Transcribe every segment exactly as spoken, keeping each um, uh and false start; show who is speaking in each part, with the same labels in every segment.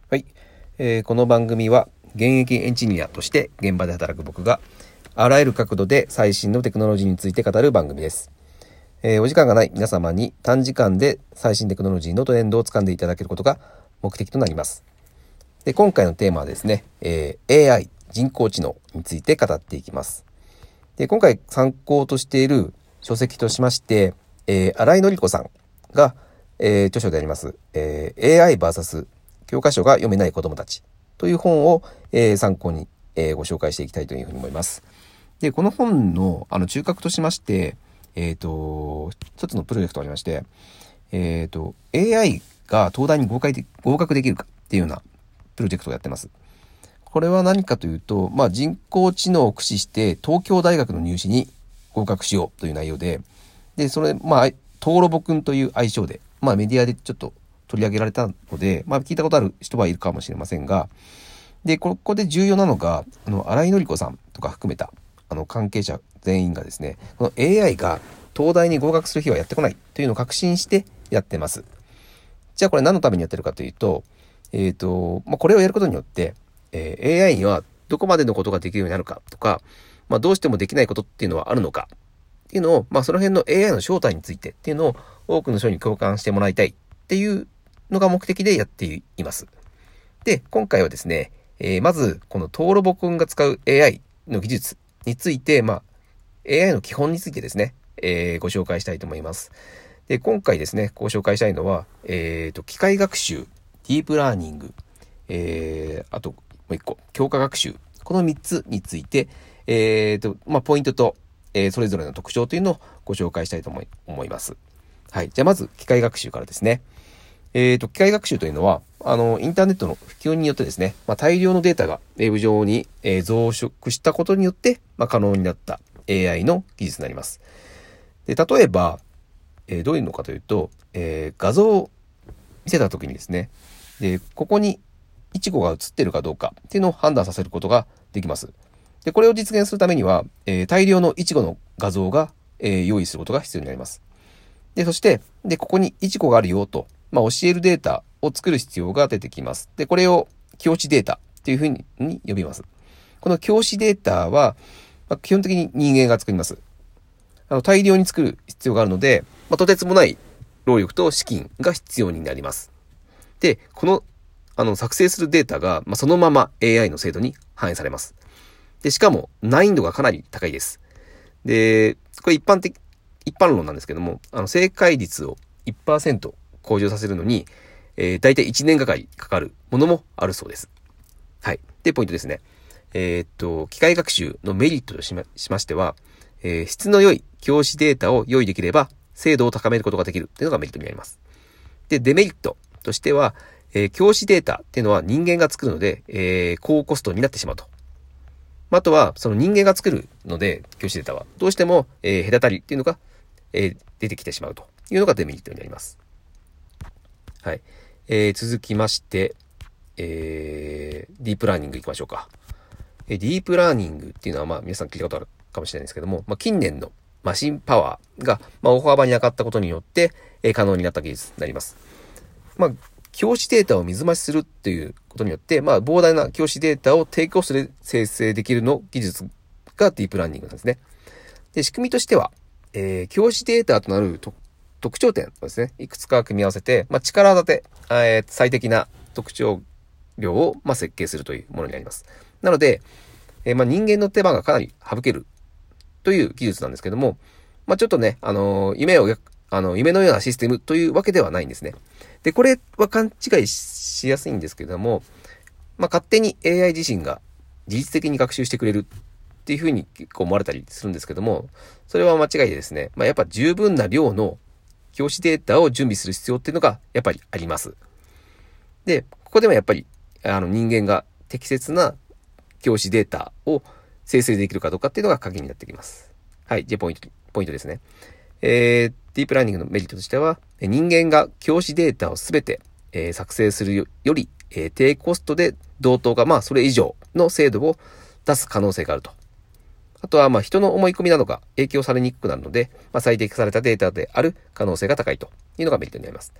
Speaker 1: はい、えー、この番組は現役エンジニアとして現場で働く僕があらゆる角度で最新のテクノロジーについて語る番組です。えー、お時間がない皆様に短時間で最新テクノロジーのトレンドを掴んでいただけることが目的となります。で、今回のテーマはですね、えー、エーアイ 人工知能について語っていきます。で、今回参考としている書籍としまして、えー、新井紀子さんが、えー、著書であります、えー、エーアイ ブイエス 教科書が読めない子どもたちという本を、えー、参考に、えー、ご紹介していきたいというふうに思います。で、この本のあの中核としまして、えっと、一つのプロジェクトがありまして、えっと、エーアイ が東大に合格で、合格できるかっていうようなプロジェクトをやってます。これは何かというと、まあ、人工知能を駆使して東京大学の入試に合格しようという内容で、で、それ、まあ、トーロボくんという愛称で、まあ、メディアでちょっと取り上げられたので、まあ、聞いたことある人はいるかもしれませんが、で、ここで重要なのが、あの、新井紀子さんとか含めた、あの、関係者全員がですね、この エーアイ が東大に合格する日はやってこないというのを確信してやってます。じゃあこれ何のためにやってるかというと、えっと、まあ、これをやることによって、えー、エーアイ にはどこまでのことができるようになるかとか、まあ、どうしてもできないことっていうのはあるのかっていうのを、まあ、その辺の エーアイ の正体についてっていうのを多くの人に共感してもらいたいっていうのが目的でやっています。で、今回はですね、えー、まずこのトーロボくんが使う エーアイ の技術について、まあ、エーアイ の基本についてですね、えー、ご紹介したいと思います。で、今回ですね、ご紹介したいのは、えーと、機械学習、ディープラーニング、えー、あともう一個、強化学習。このみっつについて、えーと、まあ、ポイントと、えー、それぞれの特徴というのをご紹介したいと思い、思います。はい。じゃあまず、機械学習からですね。えーと、機械学習というのは、あの、インターネットの普及によってですね、まあ、大量のデータがウェブ上に、えー、増殖したことによって、まあ、可能になった エーアイ の技術になります。で、例えば、えー、どういうのかというと、えー、画像を見せたときにですね、で、ここにイチゴが映っているかどうかっていうのを判断させることができます。で、これを実現するためには、えー、大量のイチゴの画像が、えー、用意することが必要になります。で、そして、で、ここにイチゴがあるよと、まあ、教えるデータを作る必要が出てきます。で、これを教師データっていうふうに呼びます。この教師データは、まあ、基本的に人間が作ります。あの、大量に作る必要があるので、まあ、とてつもない労力と資金が必要になります。で、この、あの、作成するデータが、まあ、そのまま エーアイ の精度に反映されます。で、しかも難易度がかなり高いです。で、これ一般的、一般論なんですけども、あの、正解率を いちパーセント 向上させるのに、えー、大体いちねんがかりかかるものもあるそうです。はい。で、ポイントですね。えー、っと、機械学習のメリットとしま、しましては、えー、質の良い教師データを用意できれば、精度を高めることができるというのがメリットになります。で、デメリットとしては、えー、教師データっていうのは人間が作るので、えー、高コストになってしまうと。あとは、その人間が作るので、教師データは、どうしても、えー、隔たりっていうのが、えー、出てきてしまうというのがデメリットになります。はい。えー、続きまして、えー、ディープラーニングいきましょうか。えー、ディープラーニングっていうのは、まあ、皆さん聞いたことあるかもしれないんですけども、まあ、近年のマシンパワーが、まあ、大幅に上がったことによって、えー、可能になった技術になります。まあ、教師データを水増しするっていうことによって、まあ、膨大な教師データを低コストで生成できるの技術がディープラーニングなんですね。で、仕組みとしては、えー、教師データとなると特徴点をですね、いくつか組み合わせて、まあ、力立て、えー、最適な特徴量を、まあ、設計するというものになります。なので、えー、まあ、人間の手間がかなり省けるという技術なんですけども、まあ、ちょっとね、あのー、夢を、あの、夢のようなシステムというわけではないんですね。で、これは勘違いしやすいんですけども、まあ、勝手に エーアイ 自身が自律的に学習してくれるっていうふうに結構思われたりするんですけども、それは間違いでですね、まあ、やっぱ十分な量の教師データを準備する必要っていうのがやっぱりあります。で、ここでもやっぱりあの人間が適切な教師データを生成できるかどうかっていうのが鍵になってきます。はい、じゃあポイント、ポイントですね。えー、ディープラーニングのメリットとしては、人間が教師データをすべて、えー、作成する よ, より、えー、低コストで同等か、まあそれ以上の精度を出す可能性があると。あとは、まあ人の思い込みなどが影響されにくくなるので、まあ、最適化されたデータである可能性が高いというのがメリットになります。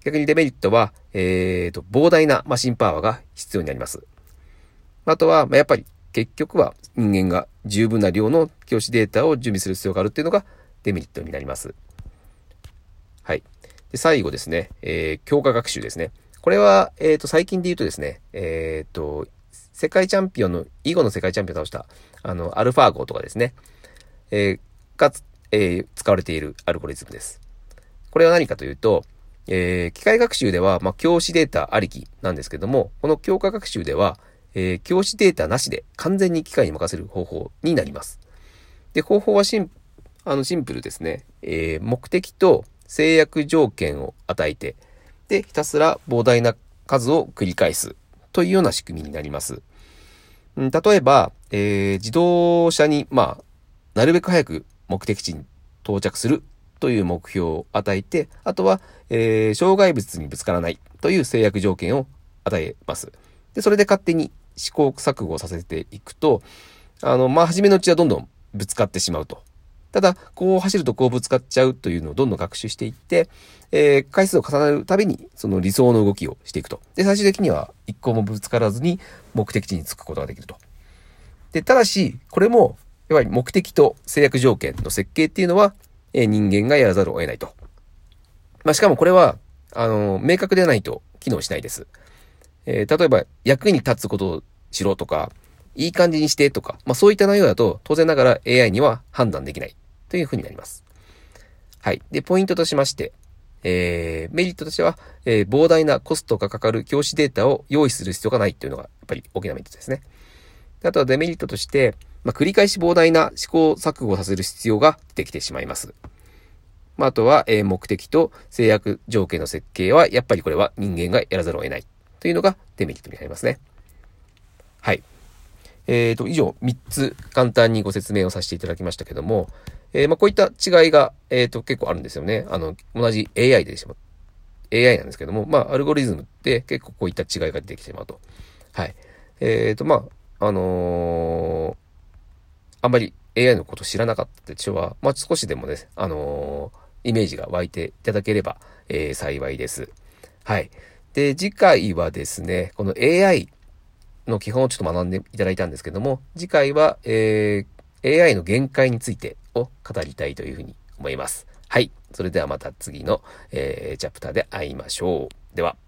Speaker 1: 逆にデメリットは、えーと、膨大なマシンパワーが必要になります。あとは、まあ、やっぱり結局は人間が十分な量の教師データを準備する必要があるっていうのがデメリットになります。はい。で、最後ですね、えー、強化学習ですね。これは、えーと、最近で言うとですね、えーと、世界チャンピオンの、囲碁の世界チャンピオンを倒した、あの、アルファーゴとかですね、えー、が、えー、使われているアルゴリズムです。これは何かというと、えー、機械学習では、まあ、教師データありきなんですけども、この強化学習では、えー、教師データなしで完全に機械に任せる方法になります。で、方法はシン、あのシンプルですね。えー、目的と制約条件を与えて、で、ひたすら膨大な数を繰り返すというような仕組みになります。うん、例えば、えー、自動車に、まあ、なるべく早く目的地に到着するという目標を与えて、あとは、えー、障害物にぶつからないという制約条件を与えます。で、それで勝手に試行錯誤させていくと、あの、まあ、初めのうちはどんどんぶつかってしまうと。ただ、こう走るとこうぶつかっちゃうというのをどんどん学習していって、えー、回数を重ねるたびにその理想の動きをしていくと。で、最終的には一個もぶつからずに目的地に着くことができると。で、ただし、これも、やはり目的と制約条件の設計っていうのは、えー、人間がやらざるを得ないと。まあ、しかもこれは、あの、明確でないと機能しないです。えー、例えば、役に立つことをしろとか、いい感じにしてとか、まあそういった内容だと、当然ながら エーアイ には判断できないというふうになります。はい。で、ポイントとしまして、えー、メリットとしては、えー、膨大なコストがかかる教師データを用意する必要がないというのが、やっぱり大きなメリットですね。あとはデメリットとして、まあ、繰り返し膨大な試行錯誤をさせる必要が出てきてしまいます。まあ、あとは、えー、目的と制約条件の設計は、やっぱりこれは人間がやらざるを得ないというのがデメリットになりますね。はい。えーと、以上みっつ簡単にご説明をさせていただきましたけども、えー、まあこういった違いが、えーと、結構あるんですよね。あの、同じ エーアイ でしまう。エーアイ なんですけども、まあ、アルゴリズムって結構こういった違いが出てきてしまうと。はい。えーと、まあ、あのー、あんまり エーアイ のこと知らなかった人は、まあ、少しでもね、あのー、イメージが湧いていただければ、えー、幸いです。はい。で、次回はですね、この エーアイ、の基本をちょっと学んでいただいたんですけども、次回は、えー、エーアイ の限界についてを語りたいというふうに思います。はい。それではまた次の、えー、チャプターで会いましょう。では。